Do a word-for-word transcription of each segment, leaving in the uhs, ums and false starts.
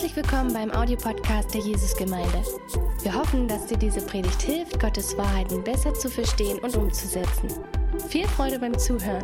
Herzlich willkommen beim Audiopodcast der Jesusgemeinde. Wir hoffen, dass dir diese Predigt hilft, Gottes Wahrheiten besser zu verstehen und umzusetzen. Viel Freude beim Zuhören.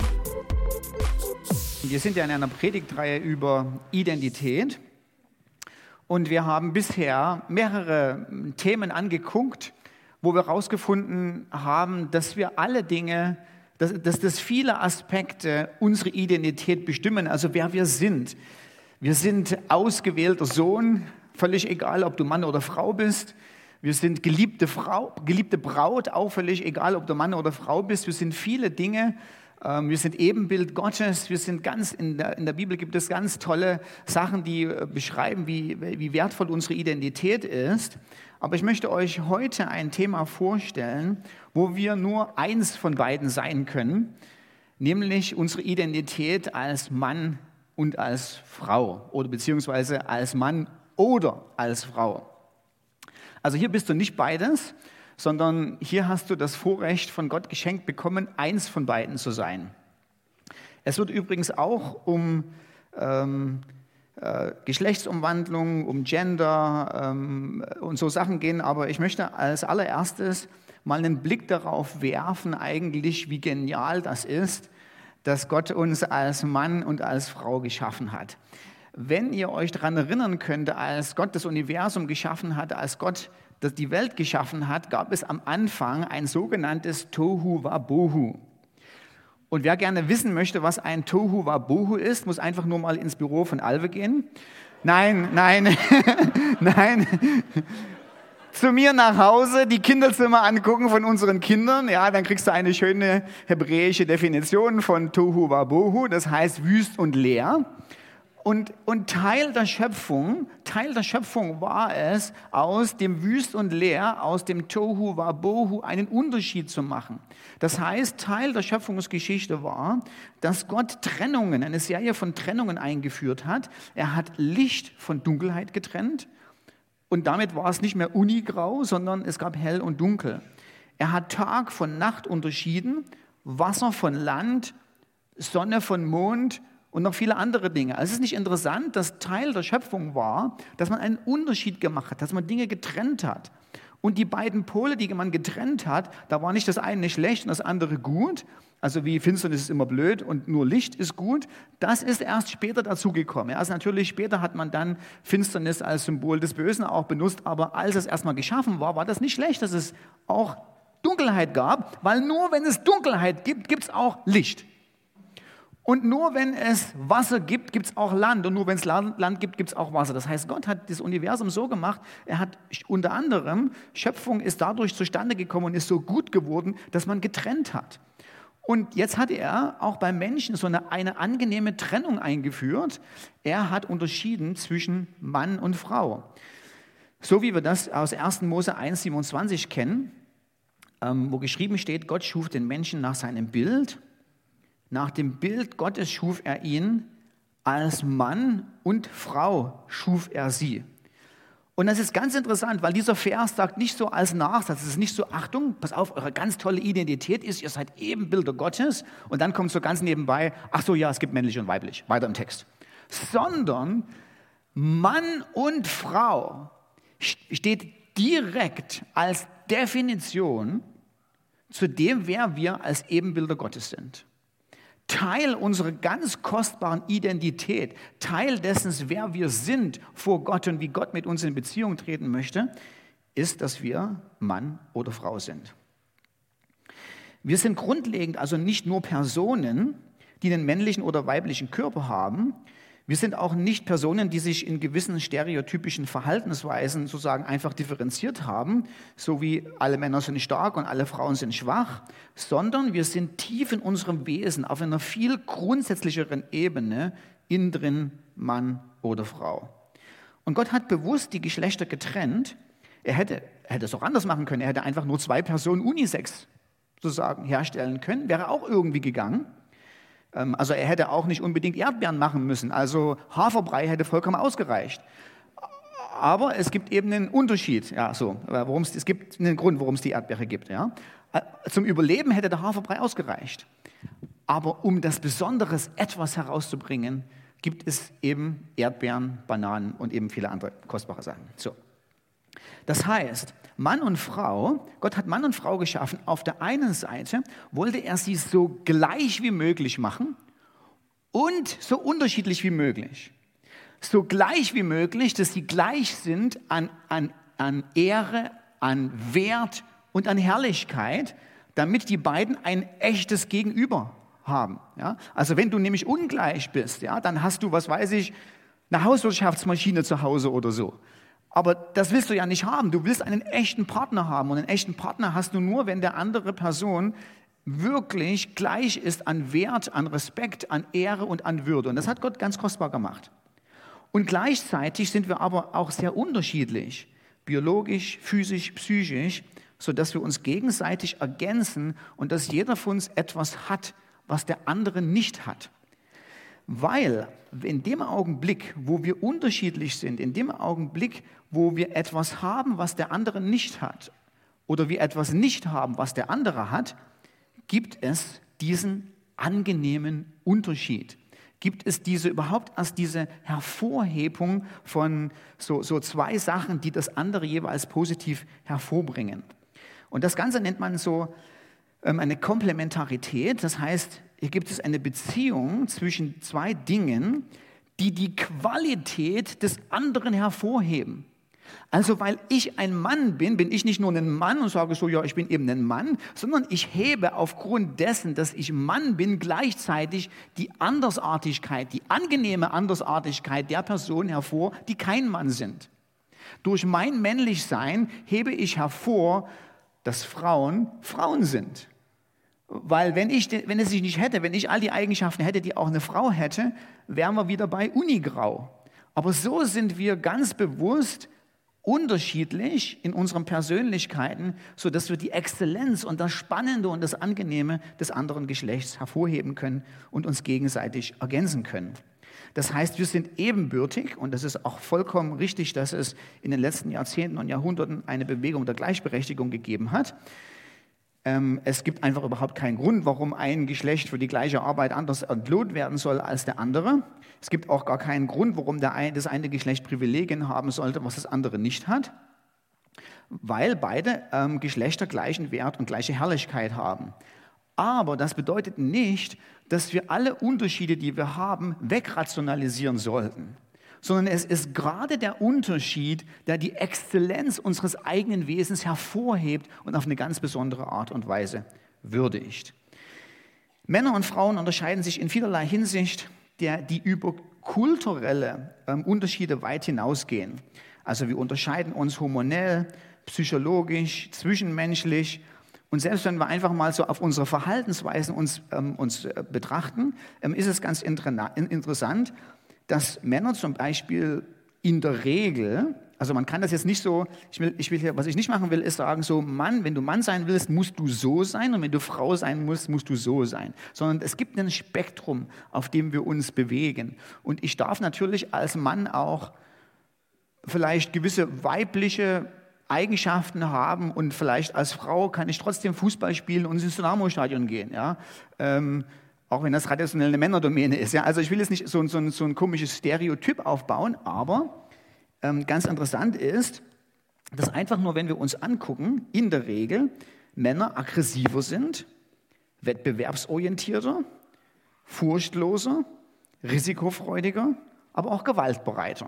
Wir sind ja in einer Predigtreihe über Identität und wir haben bisher mehrere Themen angeguckt, wo wir herausgefunden haben, dass wir alle Dinge, dass, dass das viele Aspekte unsere Identität bestimmen, also wer wir sind. Wir sind ausgewählter Sohn, völlig egal, ob du Mann oder Frau bist. Wir sind geliebte Frau, geliebte Braut, auch völlig egal, ob du Mann oder Frau bist. Wir sind viele Dinge. Wir sind Ebenbild Gottes. Wir sind ganz in der, in der Bibel gibt es ganz tolle Sachen, die beschreiben, wie, wie wertvoll unsere Identität ist. Aber ich möchte euch heute ein Thema vorstellen, wo wir nur eins von beiden sein können, nämlich unsere Identität als Mann und als Frau oder beziehungsweise als Mann oder als Frau. Also hier bist du nicht beides, sondern hier hast du das Vorrecht von Gott geschenkt bekommen, eins von beiden zu sein. Es wird übrigens auch um ähm, äh, Geschlechtsumwandlung, um Gender ähm, und so Sachen gehen, aber ich möchte als allererstes mal einen Blick darauf werfen, eigentlich wie genial das ist, dass Gott uns als Mann und als Frau geschaffen hat. Wenn ihr euch daran erinnern könnt, als Gott das Universum geschaffen hat, als Gott die Welt geschaffen hat, gab es am Anfang ein sogenanntes Tohu Wabohu. Und wer gerne wissen möchte, was ein Tohu Wabohu ist, muss einfach nur mal ins Büro von Alve gehen. Nein, nein, nein. Zu mir nach Hause, die Kinderzimmer angucken von unseren Kindern, ja, dann kriegst du eine schöne hebräische Definition von Tohu Wabohu, das heißt wüst und leer. Und, und Teil der Schöpfung, Teil der Schöpfung war es, aus dem Wüst und Leer, aus dem Tohu Wabohu einen Unterschied zu machen. Das heißt, Teil der Schöpfungsgeschichte war, dass Gott Trennungen, eine Serie von Trennungen eingeführt hat. Er hat Licht von Dunkelheit getrennt. Und damit war es nicht mehr unigrau, sondern es gab hell und dunkel. Er hat Tag von Nacht unterschieden, Wasser von Land, Sonne von Mond und noch viele andere Dinge. Also es ist nicht interessant, dass Teil der Schöpfung war, dass man einen Unterschied gemacht hat, dass man Dinge getrennt hat. Und die beiden Pole, die man getrennt hat, da war nicht das eine schlecht und das andere gut. Also wie Finsternis ist immer blöd und nur Licht ist gut. Das ist erst später dazugekommen. Also natürlich später hat man dann Finsternis als Symbol des Bösen auch benutzt. Aber als es erstmal geschaffen war, war das nicht schlecht, dass es auch Dunkelheit gab. Weil nur wenn es Dunkelheit gibt, gibt es auch Licht. Und nur wenn es Wasser gibt, gibt es auch Land. Und nur wenn es Land gibt, gibt es auch Wasser. Das heißt, Gott hat das Universum so gemacht, er hat unter anderem, Schöpfung ist dadurch zustande gekommen und ist so gut geworden, dass man getrennt hat. Und jetzt hat er auch beim Menschen so eine, eine angenehme Trennung eingeführt. Er hat unterschieden zwischen Mann und Frau. So wie wir das aus ersten Mose eins siebenundzwanzig kennen, ähm, wo geschrieben steht, Gott schuf den Menschen nach seinem Bild. Nach dem Bild Gottes schuf er ihn, als Mann und Frau schuf er sie. Und das ist ganz interessant, weil dieser Vers sagt nicht so als Nachsatz, es ist nicht so, Achtung, pass auf, eure ganz tolle Identität ist, ihr seid Ebenbilder Gottes und dann kommt so ganz nebenbei, ach so, ja, es gibt männlich und weiblich, weiter im Text. Sondern Mann und Frau steht direkt als Definition zu dem, wer wir als Ebenbilder Gottes sind. Teil unserer ganz kostbaren Identität, Teil dessen, wer wir sind vor Gott und wie Gott mit uns in Beziehung treten möchte, ist, dass wir Mann oder Frau sind. Wir sind grundlegend also nicht nur Personen, die einen männlichen oder weiblichen Körper haben. Wir sind auch nicht Personen, die sich in gewissen stereotypischen Verhaltensweisen sozusagen einfach differenziert haben, so wie alle Männer sind stark und alle Frauen sind schwach, sondern wir sind tief in unserem Wesen auf einer viel grundsätzlicheren Ebene, innen drin Mann oder Frau. Und Gott hat bewusst die Geschlechter getrennt. Er hätte, er hätte es auch anders machen können. Er hätte einfach nur zwei Personen unisex sozusagen herstellen können, wäre auch irgendwie gegangen. Also er hätte auch nicht unbedingt Erdbeeren machen müssen, also Haferbrei hätte vollkommen ausgereicht. Aber es gibt eben einen Unterschied, ja, so, worum's, es gibt einen Grund, warum es die Erdbeere gibt. Ja. Zum Überleben hätte der Haferbrei ausgereicht. Aber um das Besonderes etwas herauszubringen, gibt es eben Erdbeeren, Bananen und eben viele andere kostbare Sachen. So. Das heißt, Mann und Frau, Gott hat Mann und Frau geschaffen. Auf der einen Seite wollte er sie so gleich wie möglich machen und so unterschiedlich wie möglich. So gleich wie möglich, dass sie gleich sind an, an, an Ehre, an Wert und an Herrlichkeit, damit die beiden ein echtes Gegenüber haben. Ja? Also wenn du nämlich ungleich bist, ja, dann hast du, was weiß ich, eine Hauswirtschaftsmaschine zu Hause oder so. Aber das willst du ja nicht haben. Du willst einen echten Partner haben. Und einen echten Partner hast du nur, wenn der andere Person wirklich gleich ist an Wert, an Respekt, an Ehre und an Würde. Und das hat Gott ganz kostbar gemacht. Und gleichzeitig sind wir aber auch sehr unterschiedlich, biologisch, physisch, psychisch, sodass wir uns gegenseitig ergänzen und dass jeder von uns etwas hat, was der andere nicht hat. Weil in dem Augenblick, wo wir unterschiedlich sind, in dem Augenblick, wo wir etwas haben, was der andere nicht hat, oder wir etwas nicht haben, was der andere hat, gibt es diesen angenehmen Unterschied. Gibt es diese überhaupt erst diese Hervorhebung von so, so zwei Sachen, die das andere jeweils positiv hervorbringen. Und das Ganze nennt man so ähm, eine Komplementarität. Das heißt, hier gibt es eine Beziehung zwischen zwei Dingen, die die Qualität des anderen hervorheben. Also weil ich ein Mann bin, bin ich nicht nur ein Mann und sage so, ja, ich bin eben ein Mann, sondern ich hebe aufgrund dessen, dass ich Mann bin, gleichzeitig die Andersartigkeit, die angenehme Andersartigkeit der Personen hervor, die kein Mann sind. Durch mein Männlichsein hebe ich hervor, dass Frauen Frauen sind. Weil wenn, ich, wenn es sich nicht hätte, wenn ich all die Eigenschaften hätte, die auch eine Frau hätte, wären wir wieder bei Unigrau. Aber so sind wir ganz bewusst unterschiedlich in unseren Persönlichkeiten, sodass wir die Exzellenz und das Spannende und das Angenehme des anderen Geschlechts hervorheben können und uns gegenseitig ergänzen können. Das heißt, wir sind ebenbürtig und das ist auch vollkommen richtig, dass es in den letzten Jahrzehnten und Jahrhunderten eine Bewegung der Gleichberechtigung gegeben hat. Es gibt einfach überhaupt keinen Grund, warum ein Geschlecht für die gleiche Arbeit anders entlohnt werden soll als der andere. Es gibt auch gar keinen Grund, warum der ein, das eine Geschlecht Privilegien haben sollte, was das andere nicht hat, weil beide ähm, Geschlechter gleichen Wert und gleiche Herrlichkeit haben. Aber das bedeutet nicht, dass wir alle Unterschiede, die wir haben, wegrationalisieren sollten. Sondern es ist gerade der Unterschied, der die Exzellenz unseres eigenen Wesens hervorhebt und auf eine ganz besondere Art und Weise würdigt. Männer und Frauen unterscheiden sich in vielerlei Hinsicht, der, die über kulturelle ähm, Unterschiede weit hinausgehen. Also wir unterscheiden uns hormonell, psychologisch, zwischenmenschlich. Und selbst wenn wir einfach mal so auf unsere Verhaltensweisen uns, ähm, uns äh, betrachten, ähm, ist es ganz inter- interessant, dass Männer zum Beispiel in der Regel, also man kann das jetzt nicht so, ich will, ich will hier, was ich nicht machen will, ist sagen so, Mann, wenn du Mann sein willst, musst du so sein und wenn du Frau sein musst, musst du so sein. Sondern es gibt ein Spektrum, auf dem wir uns bewegen. Und ich darf natürlich als Mann auch vielleicht gewisse weibliche Eigenschaften haben und vielleicht als Frau kann ich trotzdem Fußball spielen und ins Dynamo-Stadion gehen, ja, ähm, auch wenn das traditionell eine Männerdomäne ist. Ja? Also ich will jetzt nicht so, so, so ein komisches Stereotyp aufbauen, aber ähm, ganz interessant ist, dass einfach nur, wenn wir uns angucken, in der Regel Männer aggressiver sind, wettbewerbsorientierter, furchtloser, risikofreudiger, aber auch gewaltbereiter.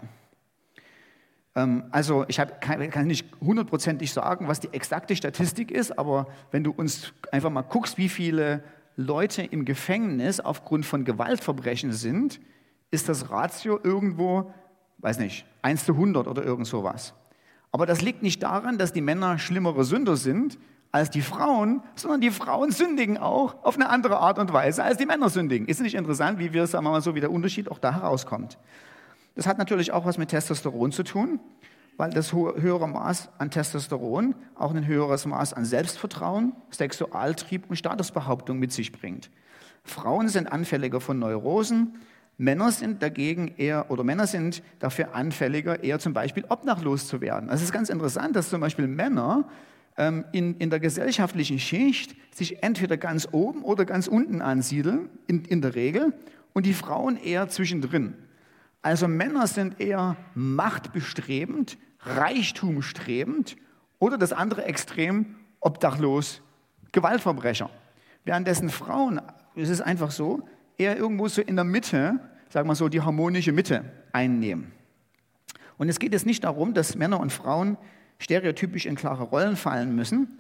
Ähm, also ich hab, kann, kann nicht hundertprozentig sagen, was die exakte Statistik ist, aber wenn du uns einfach mal guckst, wie viele Leute im Gefängnis aufgrund von Gewaltverbrechen sind, ist das Ratio irgendwo, weiß nicht, eins zu hundert oder irgend sowas. Aber das liegt nicht daran, dass die Männer schlimmere Sünder sind als die Frauen, sondern die Frauen sündigen auch auf eine andere Art und Weise, als die Männer sündigen. Ist nicht interessant, wie wir, sagen wir mal so, wie der Unterschied auch da herauskommt. Das hat natürlich auch was mit Testosteron zu tun, weil das höhere Maß an Testosteron auch ein höheres Maß an Selbstvertrauen, Sexualtrieb und Statusbehauptung mit sich bringt. Frauen sind anfälliger von Neurosen, Männer sind dagegen eher, oder Männer sind dafür anfälliger, eher zum Beispiel obdachlos zu werden. Also es ist ganz interessant, dass zum Beispiel Männer ähm, in, in der gesellschaftlichen Schicht sich entweder ganz oben oder ganz unten ansiedeln, in, in der Regel, und die Frauen eher zwischendrin. Also Männer sind eher machtbestrebend, reichtumstrebend oder das andere Extrem, obdachlos, Gewaltverbrecher. Währenddessen Frauen, es ist einfach so, eher irgendwo so in der Mitte, sagen wir so, die harmonische Mitte einnehmen. Und es geht jetzt nicht darum, dass Männer und Frauen stereotypisch in klare Rollen fallen müssen,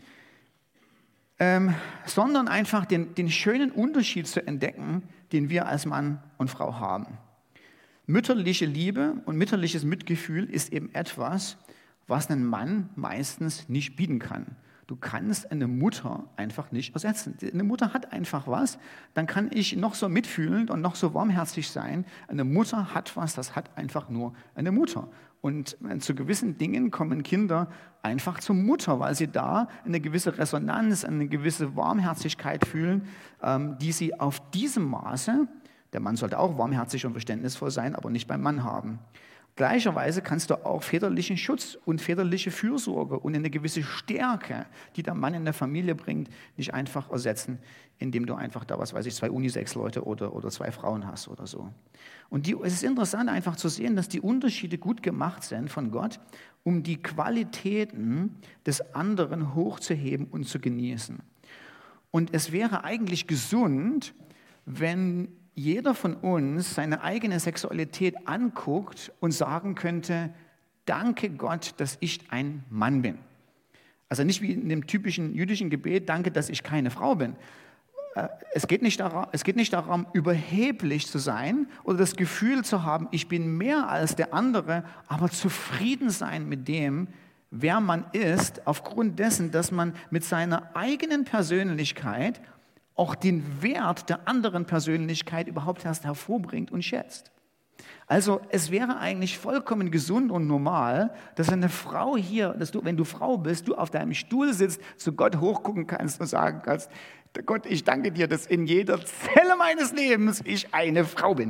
ähm, sondern einfach den, den schönen Unterschied zu entdecken, den wir als Mann und Frau haben. Mütterliche Liebe und mütterliches Mitgefühl ist eben etwas, was ein Mann meistens nicht bieten kann. Du kannst eine Mutter einfach nicht ersetzen. Eine Mutter hat einfach was, dann kann ich noch so mitfühlend und noch so warmherzig sein. Eine Mutter hat was, das hat einfach nur eine Mutter. Und zu gewissen Dingen kommen Kinder einfach zur Mutter, weil sie da eine gewisse Resonanz, eine gewisse Warmherzigkeit fühlen, die sie auf diesem Maße, der Mann sollte auch warmherzig und verständnisvoll sein, aber nicht beim Mann haben. Gleicherweise kannst du auch väterlichen Schutz und väterliche Fürsorge und eine gewisse Stärke, die der Mann in der Familie bringt, nicht einfach ersetzen, indem du einfach da, was weiß ich, zwei Unisex-Leute oder, oder zwei Frauen hast oder so. Und die, es ist interessant einfach zu sehen, dass die Unterschiede gut gemacht sind von Gott, um die Qualitäten des anderen hochzuheben und zu genießen. Und es wäre eigentlich gesund, wenn jeder von uns seine eigene Sexualität anguckt und sagen könnte, danke Gott, dass ich ein Mann bin. Also nicht wie in dem typischen jüdischen Gebet, danke, dass ich keine Frau bin. Es geht nicht darum, es geht nicht darum, überheblich zu sein oder das Gefühl zu haben, ich bin mehr als der andere, aber zufrieden sein mit dem, wer man ist, aufgrund dessen, dass man mit seiner eigenen Persönlichkeit auch den Wert der anderen Persönlichkeit überhaupt erst hervorbringt und schätzt. Also es wäre eigentlich vollkommen gesund und normal, dass eine Frau hier, dass du, wenn du Frau bist, du auf deinem Stuhl sitzt, zu Gott hochgucken kannst und sagen kannst, Gott, ich danke dir, dass in jeder Zelle meines Lebens ich eine Frau bin.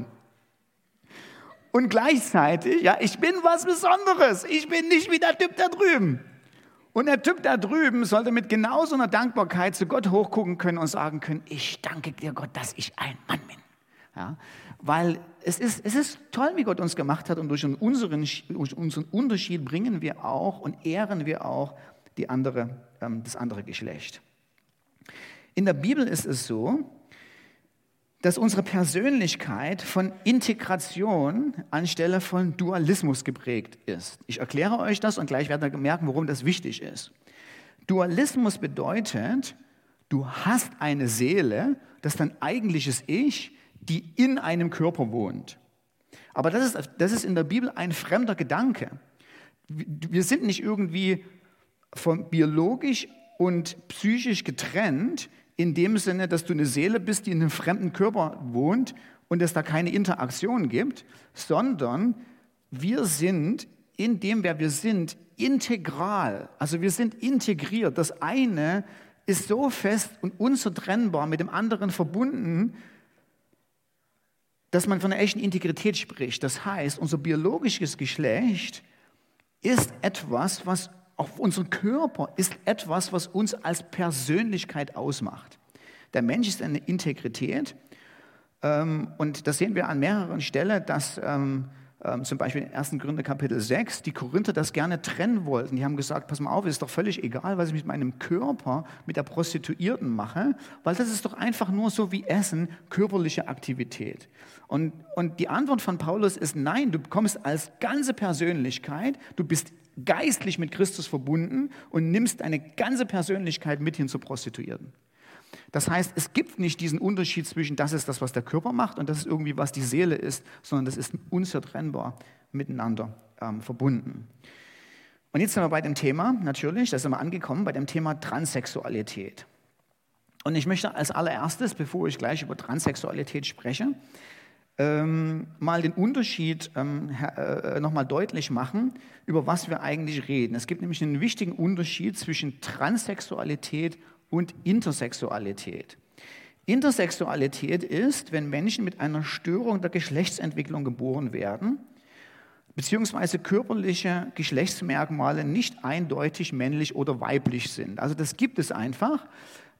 Und gleichzeitig, ja, ich bin was Besonderes, ich bin nicht wie der Typ da drüben. Und der Typ da drüben sollte mit genauso einer Dankbarkeit zu Gott hochgucken können und sagen können, ich danke dir Gott, dass ich ein Mann bin. Ja, weil es ist, es ist toll, wie Gott uns gemacht hat und durch unseren, durch unseren Unterschied bringen wir auch und ehren wir auch die andere, ähm, das andere Geschlecht. In der Bibel ist es so, dass unsere Persönlichkeit von Integration anstelle von Dualismus geprägt ist. Ich erkläre euch das und gleich werdet ihr merken, warum das wichtig ist. Dualismus bedeutet, du hast eine Seele, das ist dein eigentliches Ich, die in einem Körper wohnt. Aber das ist, das ist in der Bibel ein fremder Gedanke. Wir sind nicht irgendwie von biologisch und psychisch getrennt, in dem Sinne, dass du eine Seele bist, die in einem fremden Körper wohnt und es da keine Interaktion gibt, sondern wir sind in dem, wer wir sind, integral. Also wir sind integriert. Das eine ist so fest und unzertrennbar mit dem anderen verbunden, dass man von einer echten Integrität spricht. Das heißt, unser biologisches Geschlecht ist etwas, was auch unser Körper ist etwas, was uns als Persönlichkeit ausmacht. Der Mensch ist eine Integrität ähm, und das sehen wir an mehreren Stellen, dass ähm, ähm, zum Beispiel in ersten Korinther Kapitel sechs die Korinther das gerne trennen wollten. Die haben gesagt, pass mal auf, es ist doch völlig egal, was ich mit meinem Körper, mit der Prostituierten mache, weil das ist doch einfach nur so wie Essen, körperliche Aktivität. Und, und die Antwort von Paulus ist, nein, du kommst als ganze Persönlichkeit, du bist geistlich mit Christus verbunden und nimmst eine ganze Persönlichkeit mit hin zur Prostituierten. Das heißt, es gibt nicht diesen Unterschied zwischen, das ist das, was der Körper macht und das ist irgendwie, was die Seele ist, sondern das ist unzertrennbar miteinander ähm, verbunden. Und jetzt sind wir bei dem Thema, natürlich, da sind wir angekommen, bei dem Thema Transsexualität. Und ich möchte als allererstes, bevor ich gleich über Transsexualität spreche, Ähm, mal den Unterschied ähm, äh, nochmal deutlich machen, über was wir eigentlich reden. Es gibt nämlich einen wichtigen Unterschied zwischen Transsexualität und Intersexualität. Intersexualität ist, wenn Menschen mit einer Störung der Geschlechtsentwicklung geboren werden, beziehungsweise körperliche Geschlechtsmerkmale nicht eindeutig männlich oder weiblich sind. Also das gibt es einfach.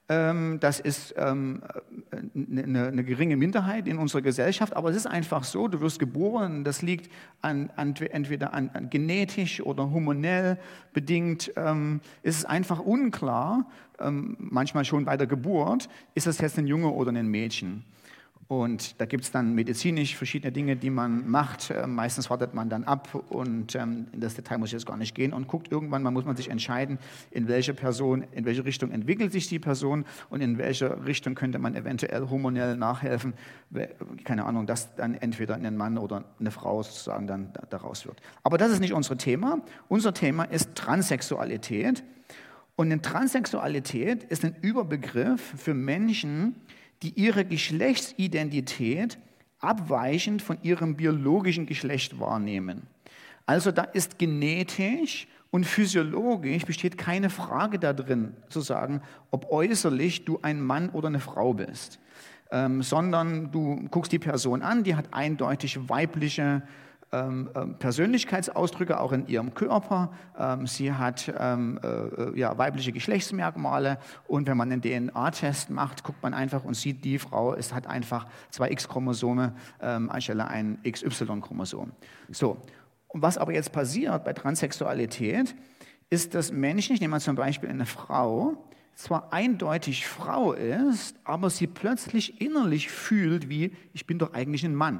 Das ist ähm, eine, eine geringe Minderheit in unserer Gesellschaft, aber es ist einfach so, du wirst geboren, das liegt an, an, entweder an, an genetisch oder hormonell bedingt, ähm, ist es einfach unklar, ähm, manchmal schon bei der Geburt, ist das jetzt ein Junge oder ein Mädchen. Und da gibt es dann medizinisch verschiedene Dinge, die man macht. Äh, meistens wartet man dann ab und ähm, in das Detail muss ich jetzt gar nicht gehen und guckt irgendwann, man muss man sich entscheiden, in welche Person, in welche Richtung entwickelt sich die Person und in welche Richtung könnte man eventuell hormonell nachhelfen. Keine Ahnung, dass dann entweder ein Mann oder eine Frau sozusagen dann daraus wird. Aber das ist nicht unser Thema. Unser Thema ist Transsexualität. Und eine Transsexualität ist ein Überbegriff für Menschen, die ihre Geschlechtsidentität abweichend von ihrem biologischen Geschlecht wahrnehmen. Also da ist genetisch und physiologisch besteht keine Frage da drin, zu sagen, ob äußerlich du ein Mann oder eine Frau bist, ähm, sondern du guckst die Person an, die hat eindeutig weibliche Ähm, Persönlichkeitsausdrücke auch in ihrem Körper. Ähm, sie hat ähm, äh, ja, weibliche Geschlechtsmerkmale und wenn man einen D N A-Test macht, guckt man einfach und sieht, die Frau ist, hat einfach zwei X-Chromosome ähm, anstelle ein X Y-Chromosom. So. Und was aber jetzt passiert bei Transsexualität, ist, dass Menschen, ich nehme mal zum Beispiel eine Frau, zwar eindeutig Frau ist, aber sie plötzlich innerlich fühlt wie, ich bin doch eigentlich ein Mann.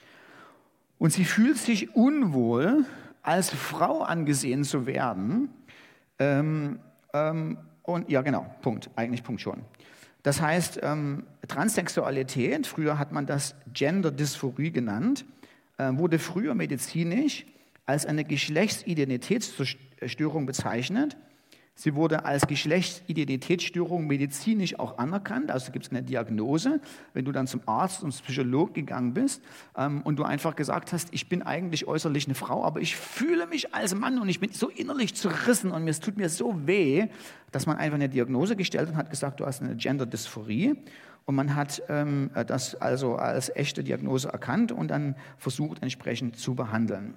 Und sie fühlt sich unwohl, als Frau angesehen zu werden. Ähm, ähm, und ja, genau, Punkt, eigentlich Punkt schon. Das heißt, ähm, Transsexualität, früher hat man das Gender-Dysphorie genannt, äh, wurde früher medizinisch als eine Geschlechtsidentitätsstörung bezeichnet. Sie wurde als Geschlechtsidentitätsstörung medizinisch auch anerkannt, also gibt es eine Diagnose. Wenn du dann zum Arzt und zum Psychologen gegangen bist ähm, und du einfach gesagt hast, ich bin eigentlich äußerlich eine Frau, aber ich fühle mich als Mann und ich bin so innerlich zerrissen und es tut mir so weh, dass man einfach eine Diagnose gestellt hat und hat gesagt, du hast eine Gender-Dysphorie. Und man hat ähm, das also als echte Diagnose erkannt und dann versucht, entsprechend zu behandeln.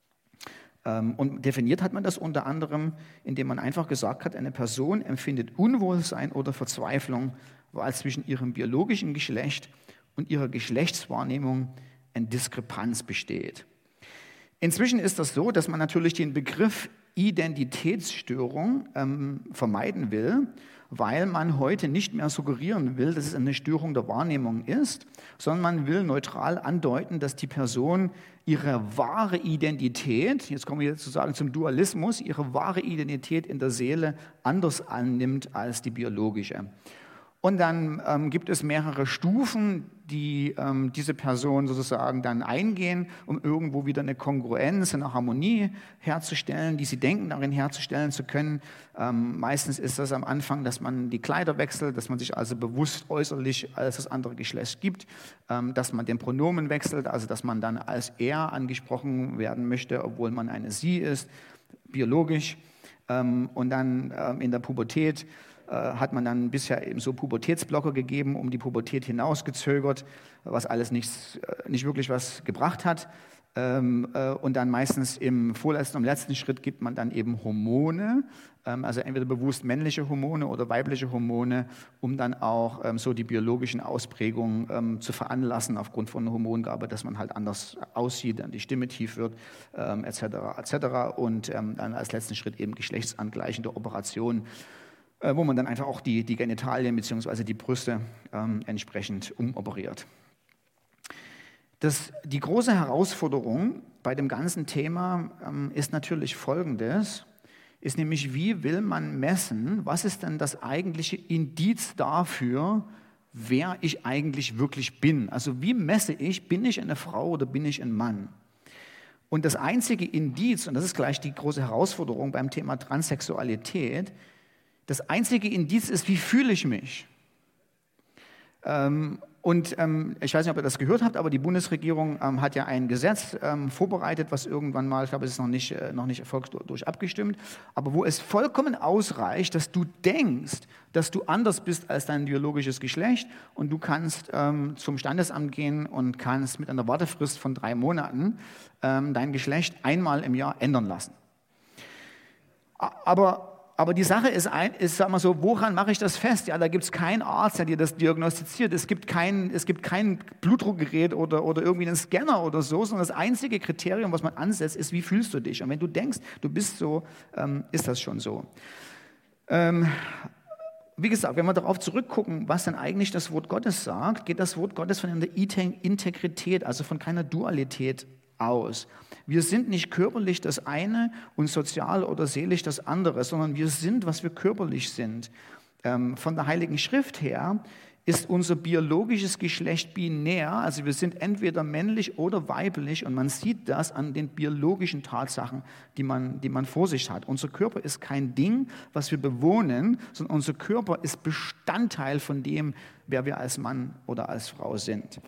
Und definiert hat man das unter anderem, indem man einfach gesagt hat, eine Person empfindet Unwohlsein oder Verzweiflung, weil zwischen ihrem biologischen Geschlecht und ihrer Geschlechtswahrnehmung eine Diskrepanz besteht. Inzwischen ist das so, dass man natürlich den Begriff Identitätsstörung ähm, vermeiden will, weil man heute nicht mehr suggerieren will, dass es eine Störung der Wahrnehmung ist, sondern man will neutral andeuten, dass die Person ihre wahre Identität, jetzt kommen wir sozusagen zum Dualismus, ihre wahre Identität in der Seele anders annimmt als die biologische. Und dann ähm, gibt es mehrere Stufen, die ähm, diese Person sozusagen dann eingehen, um irgendwo wieder eine Kongruenz, eine Harmonie herzustellen, die sie denken, darin herzustellen zu können. Ähm, meistens ist das am Anfang, dass man die Kleider wechselt, dass man sich also bewusst äußerlich als das andere Geschlecht gibt, ähm, dass man den Pronomen wechselt, also dass man dann als er angesprochen werden möchte, obwohl man eine sie ist, biologisch. Ähm, und dann ähm, in der Pubertät hat man dann bisher eben so Pubertätsblocker gegeben, um die Pubertät hinausgezögert, was alles nichts, nicht wirklich was gebracht hat. Und dann meistens im vorletzten und letzten Schritt gibt man dann eben Hormone, also entweder bewusst männliche Hormone oder weibliche Hormone, um dann auch so die biologischen Ausprägungen zu veranlassen aufgrund von Hormongabe, dass man halt anders aussieht, dann die Stimme tief wird, et cetera et cetera. Und dann als letzten Schritt eben geschlechtsangleichende Operationen, wo man dann einfach auch die, die Genitalien bzw. die Brüste ähm, entsprechend umoperiert. Das, die große Herausforderung bei dem ganzen Thema ähm, ist natürlich folgendes, ist nämlich, wie will man messen, was ist denn das eigentliche Indiz dafür, wer ich eigentlich wirklich bin? Also wie messe ich, bin ich eine Frau oder bin ich ein Mann? Und das einzige Indiz, und das ist gleich die große Herausforderung beim Thema Transsexualität, das einzige Indiz ist, wie fühle ich mich? Ähm, und ähm, ich weiß nicht, ob ihr das gehört habt, aber die Bundesregierung ähm, hat ja ein Gesetz ähm, vorbereitet, was irgendwann mal, ich glaube, es ist noch nicht, äh, noch nicht erfolgreich abgestimmt, aber wo es vollkommen ausreicht, dass du denkst, dass du anders bist als dein biologisches Geschlecht und du kannst ähm, zum Standesamt gehen und kannst mit einer Wartefrist von drei Monaten ähm, dein Geschlecht einmal im Jahr ändern lassen. Aber Aber die Sache ist, ein, ist sag mal so, woran mache ich das fest? Ja, da gibt es keinen Arzt, der dir das diagnostiziert. Es gibt kein, es gibt kein Blutdruckgerät oder, oder irgendwie einen Scanner oder so, sondern das einzige Kriterium, was man ansetzt, ist, wie fühlst du dich? Und wenn du denkst, du bist so, ähm, ist das schon so. Ähm, wie gesagt, wenn wir darauf zurückgucken, was denn eigentlich das Wort Gottes sagt, geht das Wort Gottes von einer Integrität, also von keiner Dualität aus. Wir sind nicht körperlich das eine und sozial oder seelisch das andere, sondern wir sind, was wir körperlich sind. Ähm, von der Heiligen Schrift her ist unser biologisches Geschlecht binär, also wir sind entweder männlich oder weiblich und man sieht das an den biologischen Tatsachen, die man, die man vor sich hat. Unser Körper ist kein Ding, was wir bewohnen, sondern unser Körper ist Bestandteil von dem, wer wir als Mann oder als Frau sind.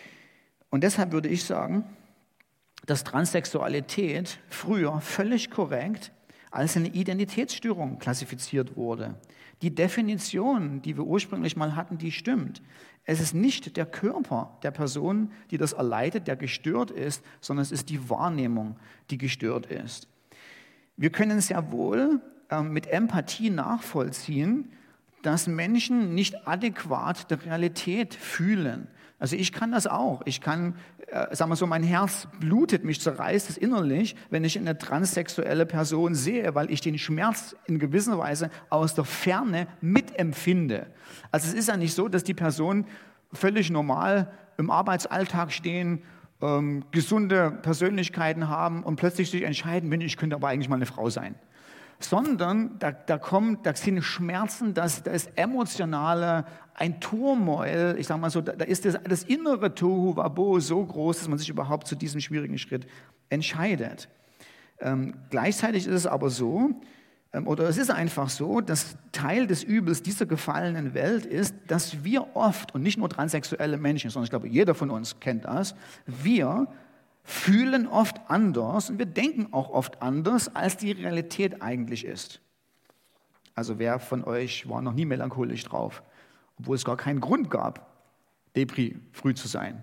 Und deshalb würde ich sagen, dass Transsexualität früher völlig korrekt als eine Identitätsstörung klassifiziert wurde. Die Definition, die wir ursprünglich mal hatten, die stimmt. Es ist nicht der Körper der Person, die das erleidet, der gestört ist, sondern es ist die Wahrnehmung, die gestört ist. Wir können sehr wohl äh, mit Empathie nachvollziehen, dass Menschen nicht adäquat der Realität fühlen. Also ich kann das auch. Ich kann, äh, sagen wir so, mein Herz blutet, mich zerreißt es innerlich, wenn ich eine transsexuelle Person sehe, weil ich den Schmerz in gewisser Weise aus der Ferne mitempfinde. Also es ist ja nicht so, dass die Personen völlig normal im Arbeitsalltag stehen, ähm, gesunde Persönlichkeiten haben und plötzlich sich entscheiden, Mensch, ich könnte aber eigentlich mal eine Frau sein. Sondern da, da, kommt, da sind Schmerzen, das, da ist emotionale, ein Turmoil, ich sage mal so, da, da ist das, das innere Tohuwabohu so groß, dass man sich überhaupt zu diesem schwierigen Schritt entscheidet. Ähm, gleichzeitig ist es aber so, ähm, oder es ist einfach so, dass Teil des Übels dieser gefallenen Welt ist, dass wir oft, und nicht nur transsexuelle Menschen, sondern ich glaube, jeder von uns kennt das, wir fühlen oft anders und wir denken auch oft anders, als die Realität eigentlich ist. Also wer von euch war noch nie melancholisch drauf, obwohl es gar keinen Grund gab, Depri früh zu sein.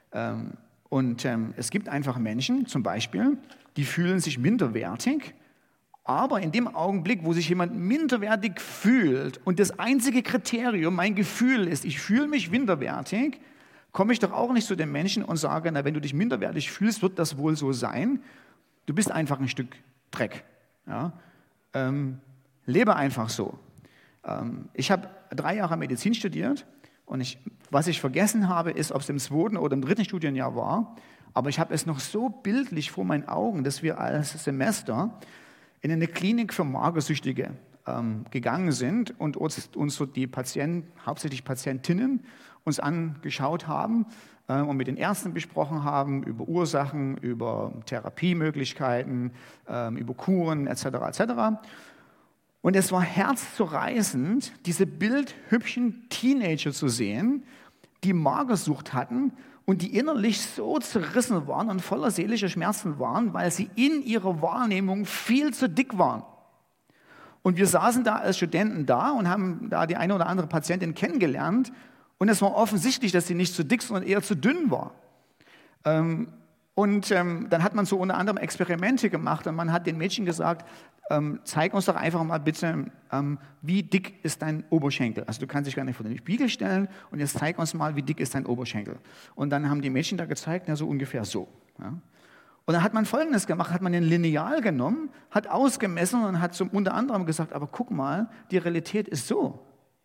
Und es gibt einfach Menschen, zum Beispiel, die fühlen sich minderwertig, aber in dem Augenblick, wo sich jemand minderwertig fühlt und das einzige Kriterium, mein Gefühl ist, ich fühle mich minderwertig, komme ich doch auch nicht zu den Menschen und sage, na, wenn du dich minderwertig fühlst, wird das wohl so sein. Du bist einfach ein Stück Dreck. Ja? Ähm, lebe einfach so. Ähm, ich habe drei Jahre Medizin studiert und ich, was ich vergessen habe, ist, ob es im zweiten oder im dritten Studienjahr war, aber ich habe es noch so bildlich vor meinen Augen, dass wir als Semester in eine Klinik für Magersüchtige ähm, gegangen sind und uns, uns so die Patienten, hauptsächlich Patientinnen, uns angeschaut haben äh, und mit den Ärzten besprochen haben über Ursachen, über Therapiemöglichkeiten, äh, über Kuren et cetera et cetera. Und es war herzzerreißend, diese bildhübschen Teenager zu sehen, die Magersucht hatten und die innerlich so zerrissen waren und voller seelischer Schmerzen waren, weil sie in ihrer Wahrnehmung viel zu dick waren. Und wir saßen da als Studenten da und haben da die eine oder andere Patientin kennengelernt. Und es war offensichtlich, dass sie nicht zu dick, sondern eher zu dünn war. Ähm, und ähm, dann hat man so unter anderem Experimente gemacht und man hat den Mädchen gesagt, ähm, zeig uns doch einfach mal bitte, ähm, wie dick ist dein Oberschenkel. Also du kannst dich gar nicht vor den Spiegel stellen und jetzt zeig uns mal, wie dick ist dein Oberschenkel. Und dann haben die Mädchen da gezeigt, ja, so ungefähr so. Ja. Und dann hat man Folgendes gemacht, hat man ein Lineal genommen, hat ausgemessen und hat so unter anderem gesagt, aber guck mal, die Realität ist so.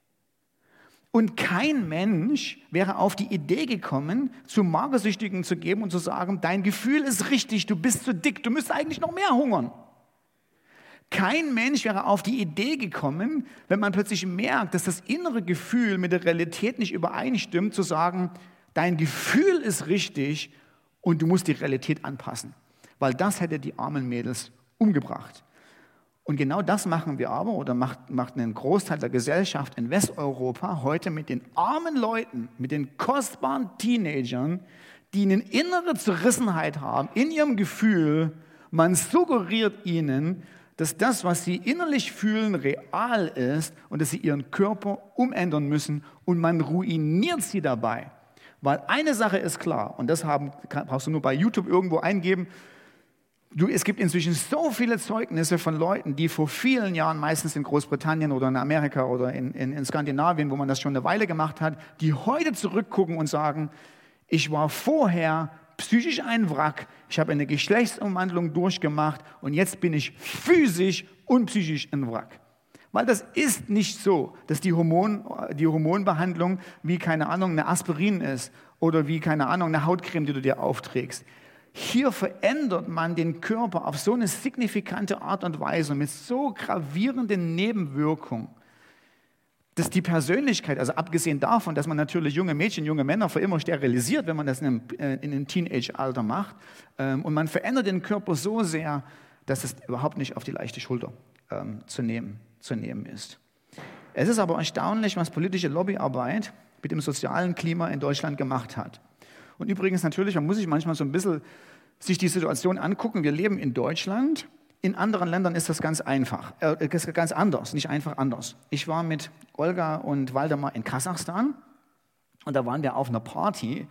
Und kein Mensch wäre auf die Idee gekommen, zu Magersüchtigen zu geben und zu sagen, dein Gefühl ist richtig, du bist zu dick, du müsstest eigentlich noch mehr hungern. Kein Mensch wäre auf die Idee gekommen, wenn man plötzlich merkt, dass das innere Gefühl mit der Realität nicht übereinstimmt, zu sagen, dein Gefühl ist richtig und du musst die Realität anpassen. Weil das hätte die armen Mädels umgebracht. Und genau das machen wir aber, oder macht, macht einen Großteil der Gesellschaft in Westeuropa heute mit den armen Leuten, mit den kostbaren Teenagern, die eine innere Zerrissenheit haben in ihrem Gefühl. Man suggeriert ihnen, dass das, was sie innerlich fühlen, real ist und dass sie ihren Körper umändern müssen und man ruiniert sie dabei. Weil eine Sache ist klar, und das haben, brauchst du nur bei YouTube irgendwo eingeben, Du, es gibt inzwischen so viele Zeugnisse von Leuten, die vor vielen Jahren, meistens in Großbritannien oder in Amerika oder in, in, in Skandinavien, wo man das schon eine Weile gemacht hat, die heute zurückgucken und sagen, ich war vorher psychisch ein Wrack, ich habe eine Geschlechtsumwandlung durchgemacht und jetzt bin ich physisch und psychisch ein Wrack. Weil das ist nicht so, dass die, Hormon, die Hormonbehandlung wie, keine Ahnung, eine Aspirin ist oder wie, keine Ahnung, eine Hautcreme, die du dir aufträgst. Hier verändert man den Körper auf so eine signifikante Art und Weise mit so gravierenden Nebenwirkungen, dass die Persönlichkeit, also abgesehen davon, dass man natürlich junge Mädchen, junge Männer für immer sterilisiert, wenn man das in einem, in einem Teenage-Alter macht, und man verändert den Körper so sehr, dass es überhaupt nicht auf die leichte Schulter ähm, zu nehmen, zu nehmen ist. Es ist aber erstaunlich, was politische Lobbyarbeit mit dem sozialen Klima in Deutschland gemacht hat. Und übrigens natürlich, man muss sich manchmal so ein bisschen sich die Situation angucken. Wir leben in Deutschland. In anderen Ländern ist das ganz einfach, äh, ganz anders, nicht einfach anders. Ich war mit Olga und Waldemar in Kasachstan und da waren wir auf einer Party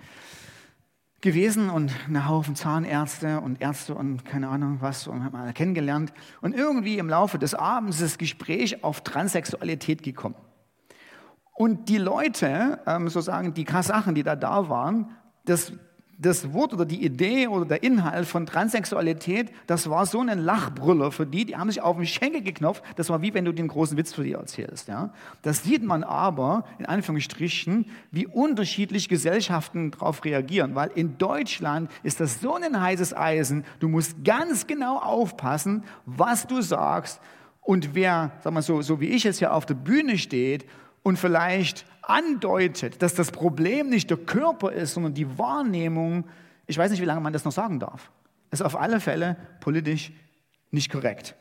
gewesen und einen Haufen Zahnärzte und Ärzte und keine Ahnung was und haben alle kennengelernt. Und irgendwie im Laufe des Abends ist das Gespräch auf Transsexualität gekommen. Und die Leute, ähm, sozusagen die Kasachen, die da da waren, das, das Wort oder die Idee oder der Inhalt von Transsexualität, das war so ein Lachbrüller für die, die haben sich auf den Schenkel geknopft, das war wie wenn du den großen Witz für die erzählst. Ja? Das sieht man aber, in Anführungsstrichen, wie unterschiedlich Gesellschaften darauf reagieren, weil in Deutschland ist das so ein heißes Eisen, du musst ganz genau aufpassen, was du sagst und wer, sag mal so, so wie ich jetzt hier auf der Bühne steht und vielleicht andeutet, dass das Problem nicht der Körper ist, sondern die Wahrnehmung, ich weiß nicht, wie lange man das noch sagen darf. Ist auf alle Fälle politisch nicht korrekt.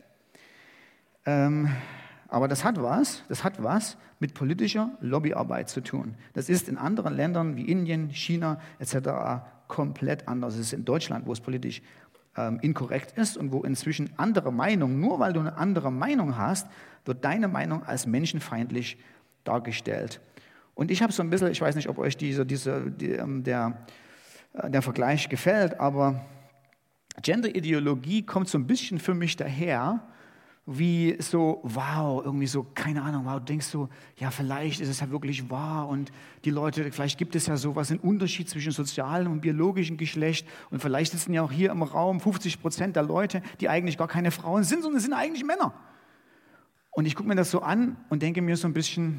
Ähm, aber das hat was, das hat was mit politischer Lobbyarbeit zu tun. Das ist in anderen Ländern wie Indien, China et cetera komplett anders. Es ist in Deutschland, wo es politisch ähm, inkorrekt ist und wo inzwischen andere Meinungen, nur weil du eine andere Meinung hast, wird deine Meinung als menschenfeindlich dargestellt. Und ich habe so ein bisschen, ich weiß nicht, ob euch diese, diese, die, der, der Vergleich gefällt, aber Genderideologie kommt so ein bisschen für mich daher, wie so, wow, irgendwie so, keine Ahnung, wow, du denkst so, ja, vielleicht ist es ja wirklich wahr und die Leute, vielleicht gibt es ja sowas, einen Unterschied zwischen sozialem und biologischem Geschlecht und vielleicht sitzen ja auch hier im Raum fünfzig Prozent der Leute, die eigentlich gar keine Frauen sind, sondern sind eigentlich Männer. Und ich gucke mir das so an und denke mir so ein bisschen,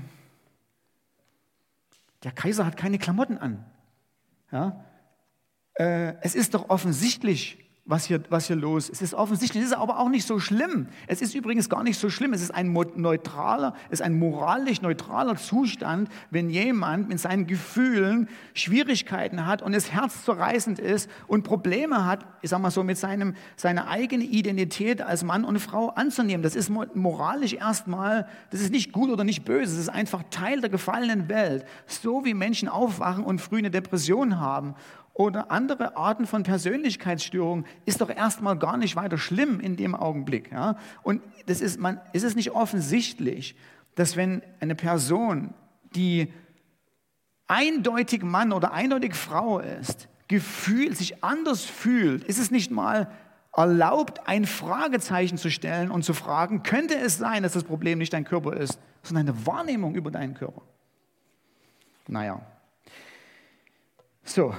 der Kaiser hat keine Klamotten an. Ja? Äh, es ist doch offensichtlich, was hier, was hier los ist. Es ist offensichtlich, es ist aber auch nicht so schlimm. Es ist übrigens gar nicht so schlimm. Es ist ein neutraler, es ist ein moralisch neutraler Zustand, wenn jemand mit seinen Gefühlen Schwierigkeiten hat und das Herz zerreißend ist und Probleme hat, ich sag mal so, mit seinem, seiner eigenen Identität als Mann und Frau anzunehmen. Das ist moralisch erstmal, das ist nicht gut oder nicht böse, es ist einfach Teil der gefallenen Welt. So wie Menschen aufwachen und früh eine Depression haben oder andere Arten von Persönlichkeitsstörungen, ist doch erstmal gar nicht weiter schlimm in dem Augenblick. Ja? Und das ist, man, ist es nicht offensichtlich, dass wenn eine Person, die eindeutig Mann oder eindeutig Frau ist, gefühlt, sich anders fühlt, ist es nicht mal erlaubt, ein Fragezeichen zu stellen und zu fragen, könnte es sein, dass das Problem nicht dein Körper ist, sondern eine Wahrnehmung über deinen Körper? Naja. So.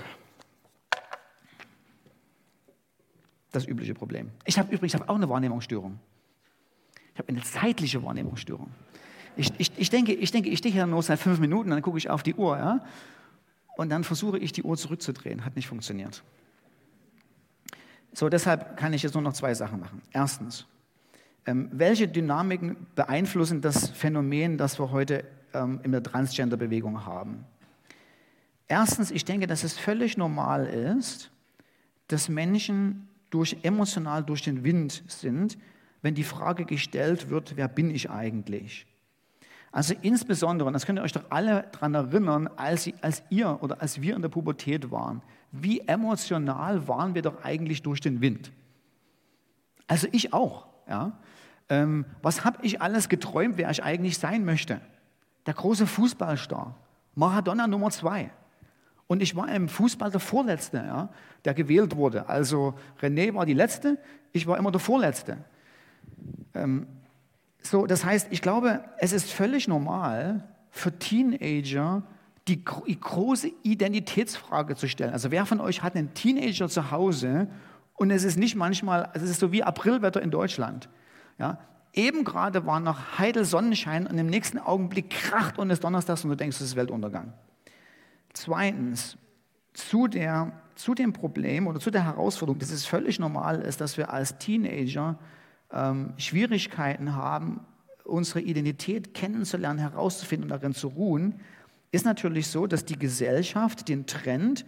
Das übliche Problem. Ich habe übrigens hab auch eine Wahrnehmungsstörung. Ich habe eine zeitliche Wahrnehmungsstörung. Ich, ich, ich denke, ich denke, ich stehe hier nur seit fünf Minuten, dann gucke ich auf die Uhr, ja, und dann versuche ich, die Uhr zurückzudrehen. Hat nicht funktioniert. So, deshalb kann ich jetzt nur noch zwei Sachen machen. Erstens, ähm, welche Dynamiken beeinflussen das Phänomen, das wir heute ähm, in der Transgender-Bewegung haben? Erstens, ich denke, dass es völlig normal ist, dass Menschen durch, emotional durch den Wind sind, wenn die Frage gestellt wird, wer bin ich eigentlich? Also insbesondere, das könnt ihr euch doch alle daran erinnern, als, als ihr oder als wir in der Pubertät waren, wie emotional waren wir doch eigentlich durch den Wind? Also ich auch. Ja? Ähm, was habe ich alles geträumt, wer ich eigentlich sein möchte? Der große Fußballstar, Maradona Nummer zwei. Und ich war im Fußball der Vorletzte, ja, der gewählt wurde. Also René war die Letzte, ich war immer der Vorletzte. Ähm, so, das heißt, ich glaube, es ist völlig normal für Teenager, die, die große Identitätsfrage zu stellen. Also wer von euch hat einen Teenager zu Hause und es ist nicht manchmal, also es ist so wie Aprilwetter in Deutschland. Ja? Eben gerade war noch heitel Sonnenschein und im nächsten Augenblick kracht und es ist Donnerstags und du denkst, es ist Weltuntergang. Zweitens, zu, der, zu dem Problem oder zu der Herausforderung, dass es völlig normal ist, dass wir als Teenager ähm, Schwierigkeiten haben, unsere Identität kennenzulernen, herauszufinden und darin zu ruhen, ist natürlich so, dass die Gesellschaft den Trend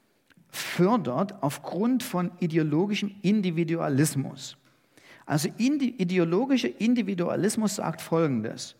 fördert aufgrund von ideologischem Individualismus. Also ideologischer Individualismus sagt Folgendes: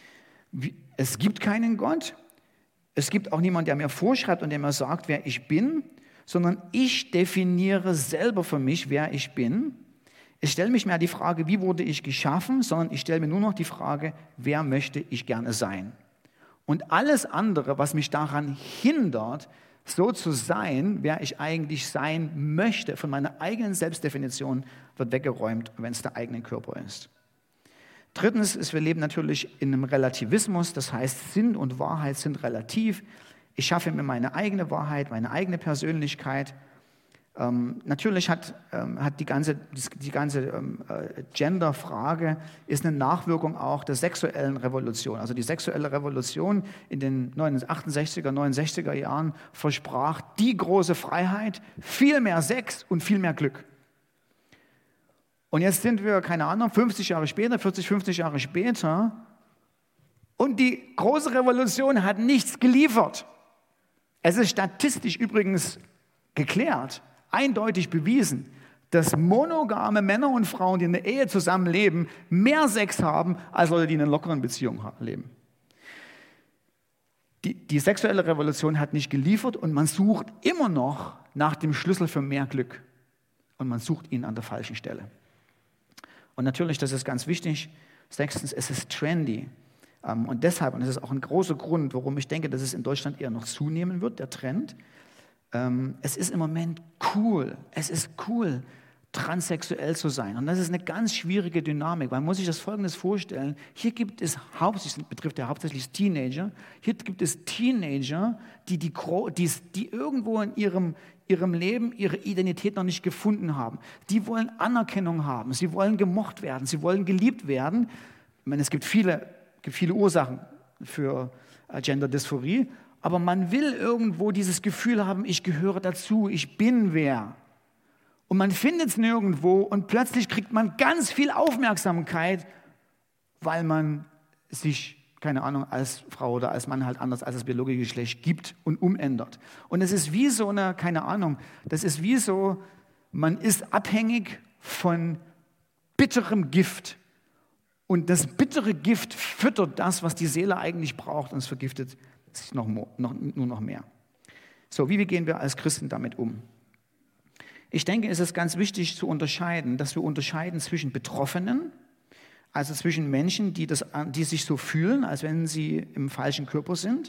Es gibt keinen Gott, es gibt auch niemanden, der mir vorschreibt und der mir sagt, wer ich bin, sondern ich definiere selber für mich, wer ich bin. Ich stelle mich mehr die Frage, wie wurde ich geschaffen, sondern ich stelle mir nur noch die Frage, wer möchte ich gerne sein. Und alles andere, was mich daran hindert, so zu sein, wer ich eigentlich sein möchte, von meiner eigenen Selbstdefinition, wird weggeräumt, wenn es der eigene Körper ist. Drittens ist, wir leben natürlich in einem Relativismus, das heißt, Sinn und Wahrheit sind relativ. Ich schaffe mir meine eigene Wahrheit, meine eigene Persönlichkeit. Ähm, natürlich hat, ähm, hat die ganze, die ganze ähm, äh, Gender-Frage ist eine Nachwirkung auch der sexuellen Revolution. Also die sexuelle Revolution in den achtundsechziger, neunundsechziger Jahren versprach die große Freiheit, viel mehr Sex und viel mehr Glück. Und jetzt sind wir, keine Ahnung, fünfzig Jahre später, vierzig, fünfzig Jahre später und die große Revolution hat nichts geliefert. Es ist statistisch übrigens geklärt, eindeutig bewiesen, dass monogame Männer und Frauen, die in der Ehe zusammenleben, mehr Sex haben, als Leute, die in einer lockeren Beziehung leben. Die, die sexuelle Revolution hat nicht geliefert und man sucht immer noch nach dem Schlüssel für mehr Glück. Und man sucht ihn an der falschen Stelle. Und natürlich, das ist ganz wichtig, sechstens, es ist trendy. Und deshalb, und das ist auch ein großer Grund, warum ich denke, dass es in Deutschland eher noch zunehmen wird, der Trend, es ist im Moment cool, es ist cool, transsexuell zu sein. Und das ist eine ganz schwierige Dynamik. Man muss sich das Folgendes vorstellen. Hier gibt es, hauptsächlich betrifft ja hauptsächlich Teenager, hier gibt es Teenager, die, die, die, die irgendwo in ihrem, ihrem Leben ihre Identität noch nicht gefunden haben. Die wollen Anerkennung haben, sie wollen gemocht werden, sie wollen geliebt werden. Ich meine, es gibt viele, gibt viele Ursachen für Gender-Dysphorie, aber man will irgendwo dieses Gefühl haben, ich gehöre dazu, ich bin wer. Und man findet es nirgendwo und plötzlich kriegt man ganz viel Aufmerksamkeit, weil man sich, keine Ahnung, als Frau oder als Mann halt anders als das biologische Geschlecht gibt und umändert. Und es ist wie so eine, keine Ahnung, das ist wie so, man ist abhängig von bitterem Gift. Und das bittere Gift füttert das, was die Seele eigentlich braucht, und es vergiftet sich noch, noch, nur noch mehr. So, wie gehen wir als Christen damit um? Ich denke, es ist ganz wichtig zu unterscheiden, dass wir unterscheiden zwischen Betroffenen, also zwischen Menschen, die, das, die sich so fühlen, als wenn sie im falschen Körper sind,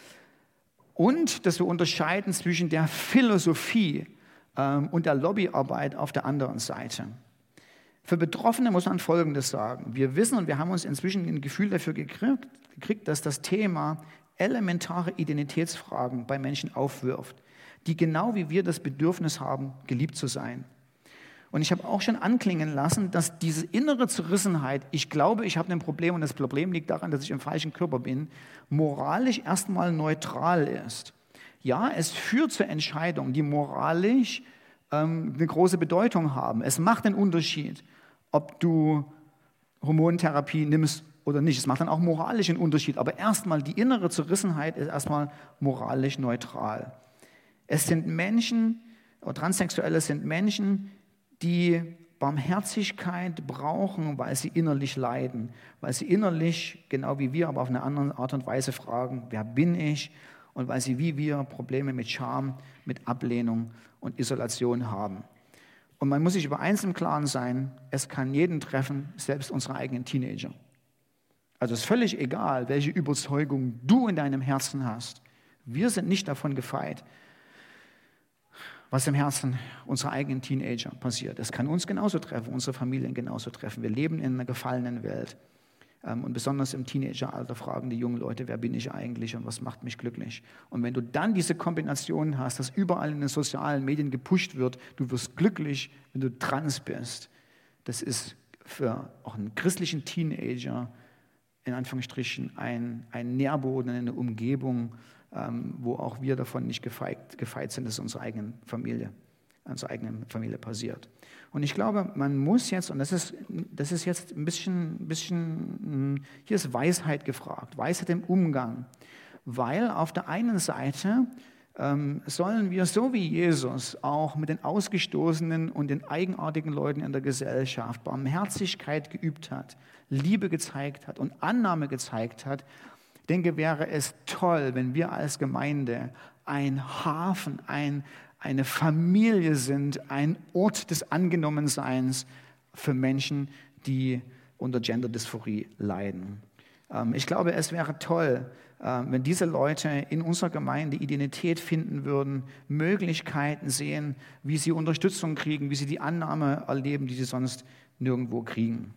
und dass wir unterscheiden zwischen der Philosophie ähm, und der Lobbyarbeit auf der anderen Seite. Für Betroffene muss man Folgendes sagen. Wir wissen und wir haben uns inzwischen ein Gefühl dafür gekriegt, gekriegt, dass das Thema elementare Identitätsfragen bei Menschen aufwirft, die genau wie wir das Bedürfnis haben, geliebt zu sein. Und ich habe auch schon anklingen lassen, dass diese innere Zerrissenheit, ich glaube, ich habe ein Problem und das Problem liegt daran, dass ich im falschen Körper bin, moralisch erstmal neutral ist. Ja, es führt zu Entscheidungen, die moralisch ähm, eine große Bedeutung haben. Es macht einen Unterschied, ob du Hormontherapie nimmst oder nicht. Es macht dann auch moralisch einen Unterschied. Aber erstmal, die innere Zerrissenheit ist erstmal moralisch neutral. Es sind Menschen, oder Transsexuelle sind Menschen, die Barmherzigkeit brauchen, weil sie innerlich leiden. Weil sie innerlich, genau wie wir, aber auf eine andere Art und Weise fragen, wer bin ich? Und weil sie wie wir Probleme mit Scham, mit Ablehnung und Isolation haben. Und man muss sich über eins im Klaren sein, es kann jeden treffen, selbst unsere eigenen Teenager. Also es ist völlig egal, welche Überzeugung du in deinem Herzen hast, Wir sind nicht davon gefeit, was im Herzen unserer eigenen Teenager passiert. Das kann uns genauso treffen, unsere Familien genauso treffen. Wir leben in einer gefallenen Welt. Und besonders im Teenageralter fragen die jungen Leute, wer bin ich eigentlich und was macht mich glücklich? Und wenn du dann diese Kombination hast, dass überall in den sozialen Medien gepusht wird, du wirst glücklich, wenn du trans bist, das ist für auch einen christlichen Teenager in Anführungsstrichen ein, ein Nährboden, eine Umgebung, ähm, wo auch wir davon nicht gefeit, gefeit sind, dass es unserer eigenen Familie, unserer eigenen Familie passiert. Und ich glaube, man muss jetzt, und das ist, das ist jetzt ein bisschen, ein bisschen, hier ist Weisheit gefragt, Weisheit im Umgang, weil auf der einen Seite ähm, sollen wir so wie Jesus auch mit den Ausgestoßenen und den eigenartigen Leuten in der Gesellschaft Barmherzigkeit geübt hat, Liebe gezeigt hat und Annahme gezeigt hat. Ich denke, wäre es toll, wenn wir als Gemeinde ein Hafen, ein eine Familie sind, ein Ort des Angenommenseins für Menschen, die unter Gender-Dysphorie leiden. Ich glaube, es wäre toll, wenn diese Leute in unserer Gemeinde Identität finden würden, Möglichkeiten sehen, wie sie Unterstützung kriegen, wie sie die Annahme erleben, die sie sonst nirgendwo kriegen.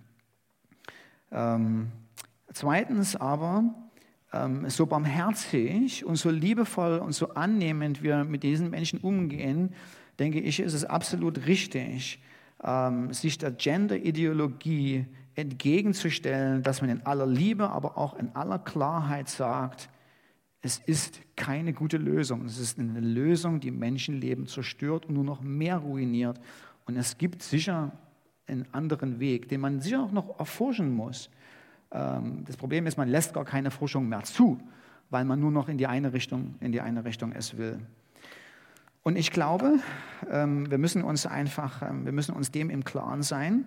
Zweitens aber, so barmherzig und so liebevoll und so annehmend wir mit diesen Menschen umgehen, denke ich, ist es absolut richtig, sich der Gender-Ideologie entgegenzustellen, dass man in aller Liebe, aber auch in aller Klarheit sagt, es ist keine gute Lösung. Es ist eine Lösung, die Menschenleben zerstört und nur noch mehr ruiniert. Und es gibt sicher einen anderen Weg, den man sicher auch noch erforschen muss. Das Problem ist, man lässt gar keine Forschung mehr zu, weil man nur noch in die eine Richtung, in die eine Richtung es will. Und ich glaube, wir müssen uns einfach, wir müssen uns dem im Klaren sein,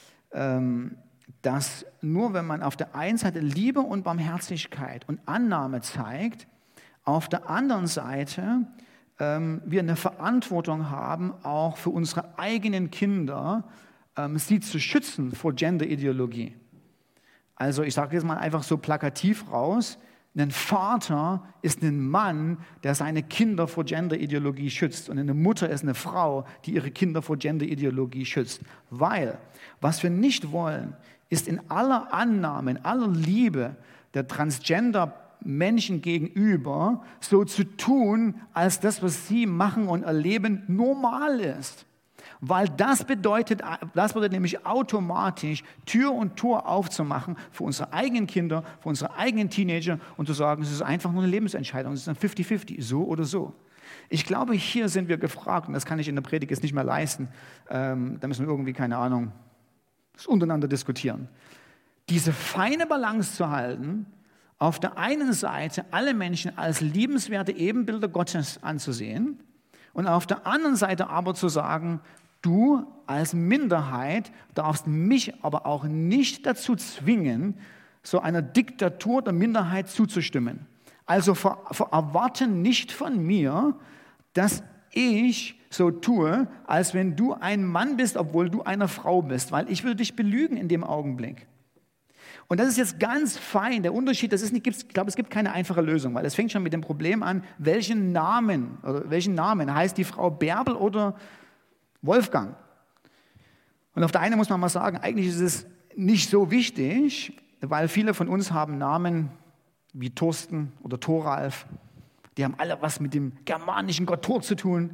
dass nur wenn man auf der einen Seite Liebe und Barmherzigkeit und Annahme zeigt, auf der anderen Seite wir eine Verantwortung haben, auch für unsere eigenen Kinder, sie zu schützen vor Gender-Ideologie. Also ich sage jetzt mal einfach so plakativ raus, ein Vater ist ein Mann, der seine Kinder vor Gender-Ideologie schützt. Und eine Mutter ist eine Frau, die ihre Kinder vor Gender-Ideologie schützt. Weil, was wir nicht wollen, ist in aller Annahme, in aller Liebe der Transgender-Menschen gegenüber so zu tun, als das, was sie machen und erleben, normal ist. Weil das bedeutet, das bedeutet nämlich automatisch, Tür und Tor aufzumachen für unsere eigenen Kinder, für unsere eigenen Teenager und zu sagen, es ist einfach nur eine Lebensentscheidung, es ist ein fünfzig fünfzig, so oder so. Ich glaube, hier sind wir gefragt, und das kann ich in der Predigt jetzt nicht mehr leisten, ähm, da müssen wir irgendwie, keine Ahnung, das untereinander diskutieren. Diese feine Balance zu halten, auf der einen Seite alle Menschen als liebenswerte Ebenbilder Gottes anzusehen und auf der anderen Seite aber zu sagen, du als Minderheit darfst mich aber auch nicht dazu zwingen, so einer Diktatur der Minderheit zuzustimmen. Also ver, ver, erwarte nicht von mir, dass ich so tue, als wenn du ein Mann bist, obwohl du eine Frau bist, weil ich würde dich belügen in dem Augenblick. Und das ist jetzt ganz fein. Der Unterschied, das ist nicht, ich glaube, es gibt keine einfache Lösung, weil es fängt schon mit dem Problem an, welchen Namen, oder welchen Namen heißt die Frau Bärbel oder Wolfgang? Und auf der einen muss man mal sagen, eigentlich ist es nicht so wichtig, weil viele von uns haben Namen wie Thorsten oder Thoralf. Die haben alle was mit dem germanischen Gott Thor zu tun.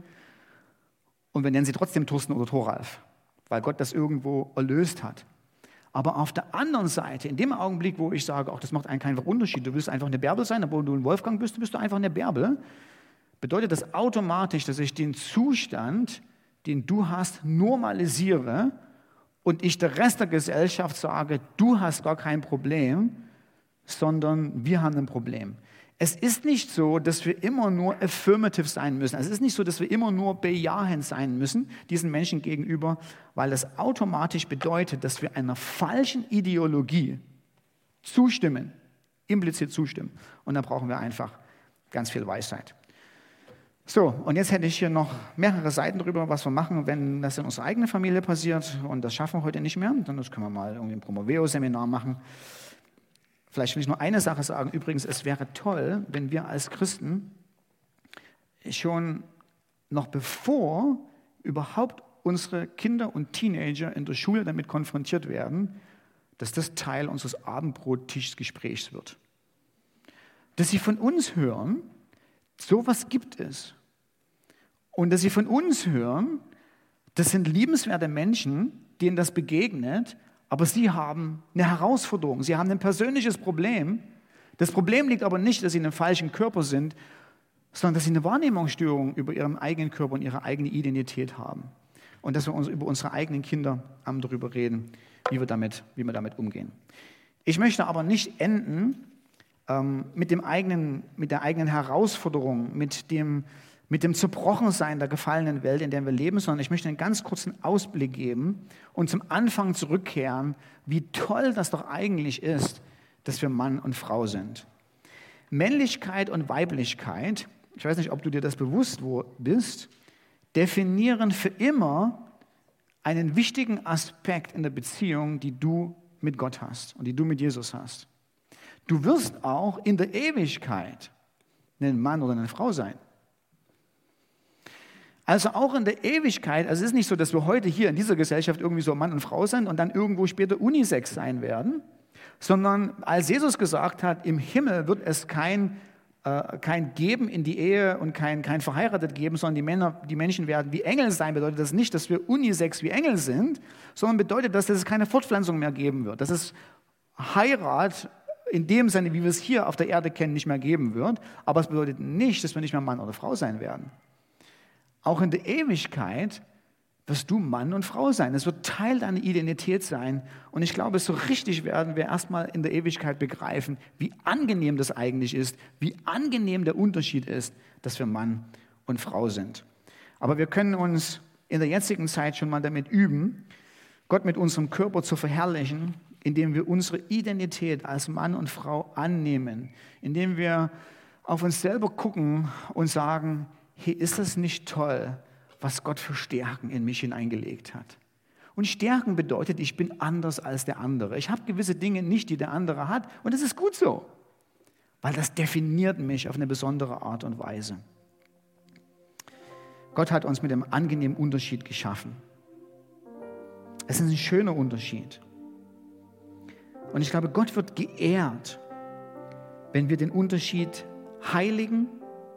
Und wir nennen sie trotzdem Thorsten oder Thoralf, weil Gott das irgendwo erlöst hat. Aber auf der anderen Seite, in dem Augenblick, wo ich sage, ach, das macht eigentlich keinen Unterschied, du willst einfach eine Bärbel sein, obwohl du ein Wolfgang bist, bist du einfach eine Bärbel, bedeutet das automatisch, dass ich den Zustand, den du hast, normalisiere und ich der Rest der Gesellschaft sage, du hast gar kein Problem, sondern wir haben ein Problem. Es ist nicht so, dass wir immer nur affirmative sein müssen. Es ist nicht so, dass wir immer nur bejahend sein müssen, diesen Menschen gegenüber, weil das automatisch bedeutet, dass wir einer falschen Ideologie zustimmen, implizit zustimmen. Und da brauchen wir einfach ganz viel Weisheit. So, und jetzt hätte ich hier noch mehrere Seiten darüber, was wir machen, wenn das in unserer eigenen Familie passiert. Und das schaffen wir heute nicht mehr. Dann das können wir mal irgendwie ein Promoveo-Seminar machen. Vielleicht will ich nur eine Sache sagen. Übrigens, es wäre toll, wenn wir als Christen schon noch bevor überhaupt unsere Kinder und Teenager in der Schule damit konfrontiert werden, dass das Teil unseres Abendbrottischgesprächs wird. Dass sie von uns hören, sowas gibt es. Und dass sie von uns hören, das sind liebenswerte Menschen, denen das begegnet, aber sie haben eine Herausforderung, sie haben ein persönliches Problem. Das Problem liegt aber nicht, dass sie in einem falschen Körper sind, sondern dass sie eine Wahrnehmungsstörung über ihren eigenen Körper und ihre eigene Identität haben. Und dass wir uns über unsere eigenen Kinder darüber reden, wie wir damit, wie wir damit umgehen. Ich möchte aber nicht enden ähm, mit, dem eigenen, mit der eigenen Herausforderung, mit dem, mit dem Zerbrochensein der gefallenen Welt, in der wir leben, sondern ich möchte einen ganz kurzen Ausblick geben und zum Anfang zurückkehren, wie toll das doch eigentlich ist, dass wir Mann und Frau sind. Männlichkeit und Weiblichkeit, ich weiß nicht, ob du dir das bewusst bist, definieren für immer einen wichtigen Aspekt in der Beziehung, die du mit Gott hast und die du mit Jesus hast. Du wirst auch in der Ewigkeit ein Mann oder eine Frau sein. Also auch in der Ewigkeit, also es ist nicht so, dass wir heute hier in dieser Gesellschaft irgendwie so Mann und Frau sind und dann irgendwo später Unisex sein werden, sondern als Jesus gesagt hat, im Himmel wird es kein, äh, kein Geben in die Ehe und kein, kein verheiratet geben, sondern die Männer, die Menschen werden wie Engel sein, bedeutet das nicht, dass wir Unisex wie Engel sind, sondern bedeutet das, dass es keine Fortpflanzung mehr geben wird, dass es Heirat in dem Sinne, wie wir es hier auf der Erde kennen, nicht mehr geben wird, aber es bedeutet nicht, dass wir nicht mehr Mann oder Frau sein werden. Auch in der Ewigkeit wirst du Mann und Frau sein. Es wird Teil deiner Identität sein. Und ich glaube, so richtig werden wir erstmal in der Ewigkeit begreifen, wie angenehm das eigentlich ist, wie angenehm der Unterschied ist, dass wir Mann und Frau sind. Aber wir können uns in der jetzigen Zeit schon mal damit üben, Gott mit unserem Körper zu verherrlichen, indem wir unsere Identität als Mann und Frau annehmen, indem wir auf uns selber gucken und sagen, hey, ist das nicht toll, was Gott für Stärken in mich hineingelegt hat? Und Stärken bedeutet, ich bin anders als der andere. Ich habe gewisse Dinge nicht, die der andere hat. Und das ist gut so, weil das definiert mich auf eine besondere Art und Weise. Gott hat uns mit einem angenehmen Unterschied geschaffen. Es ist ein schöner Unterschied. Und ich glaube, Gott wird geehrt, wenn wir den Unterschied heiligen.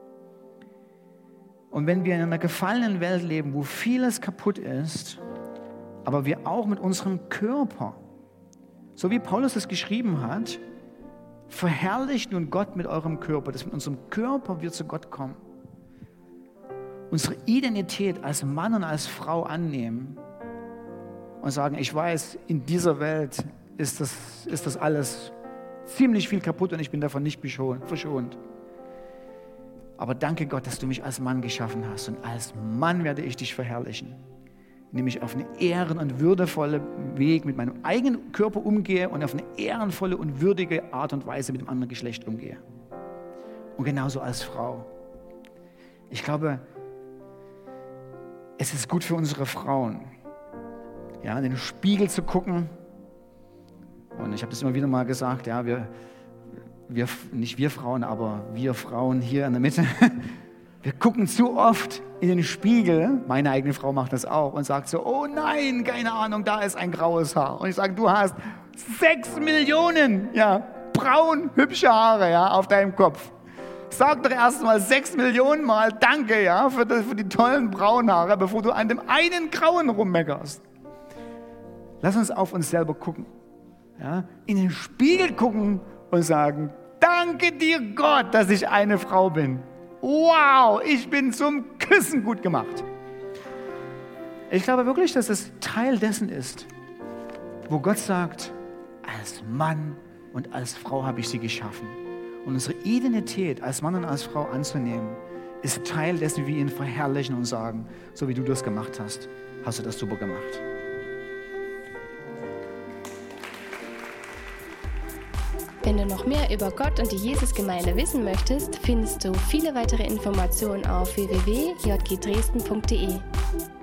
Und wenn wir in einer gefallenen Welt leben, wo vieles kaputt ist, aber wir auch mit unserem Körper, so wie Paulus es geschrieben hat, verherrlicht nun Gott mit eurem Körper, dass mit unserem Körper wir zu Gott kommen, unsere Identität als Mann und als Frau annehmen und sagen, ich weiß, in dieser Welt ist das, ist das alles ziemlich viel kaputt und ich bin davon nicht verschont. Aber danke Gott, dass du mich als Mann geschaffen hast. Und als Mann werde ich dich verherrlichen. Indem ich auf eine ehren- und würdevolle Weg mit meinem eigenen Körper umgehe und auf eine ehrenvolle und würdige Art und Weise mit dem anderen Geschlecht umgehe. Und genauso als Frau. Ich glaube, es ist gut für unsere Frauen, ja, in den Spiegel zu gucken. Und ich habe das immer wieder mal gesagt, ja, wir... Wir, nicht wir Frauen, aber wir Frauen hier in der Mitte, wir gucken zu oft in den Spiegel, meine eigene Frau macht das auch und sagt so, oh nein, keine Ahnung, da ist ein graues Haar. Und ich sage, du hast sechs Millionen, ja, braun, hübsche Haare, ja, auf deinem Kopf. Sag doch erst mal sechs Millionen Mal Danke, ja, für die, für die tollen braunen Haare, bevor du an dem einen grauen rummeckerst. Lass uns auf uns selber gucken, ja, in den Spiegel gucken und sagen, danke dir Gott, dass ich eine Frau bin. Wow, ich bin zum Küssen gut gemacht. Ich glaube wirklich, dass es Teil dessen ist, wo Gott sagt, als Mann und als Frau habe ich sie geschaffen. Und unsere Identität als Mann und als Frau anzunehmen, ist Teil dessen, wie wir ihn verherrlichen und sagen, so wie du das gemacht hast, hast du das super gemacht. Wenn du noch mehr über Gott und die Jesusgemeinde wissen möchtest, findest du viele weitere Informationen auf w w w punkt j g dresden punkt d e.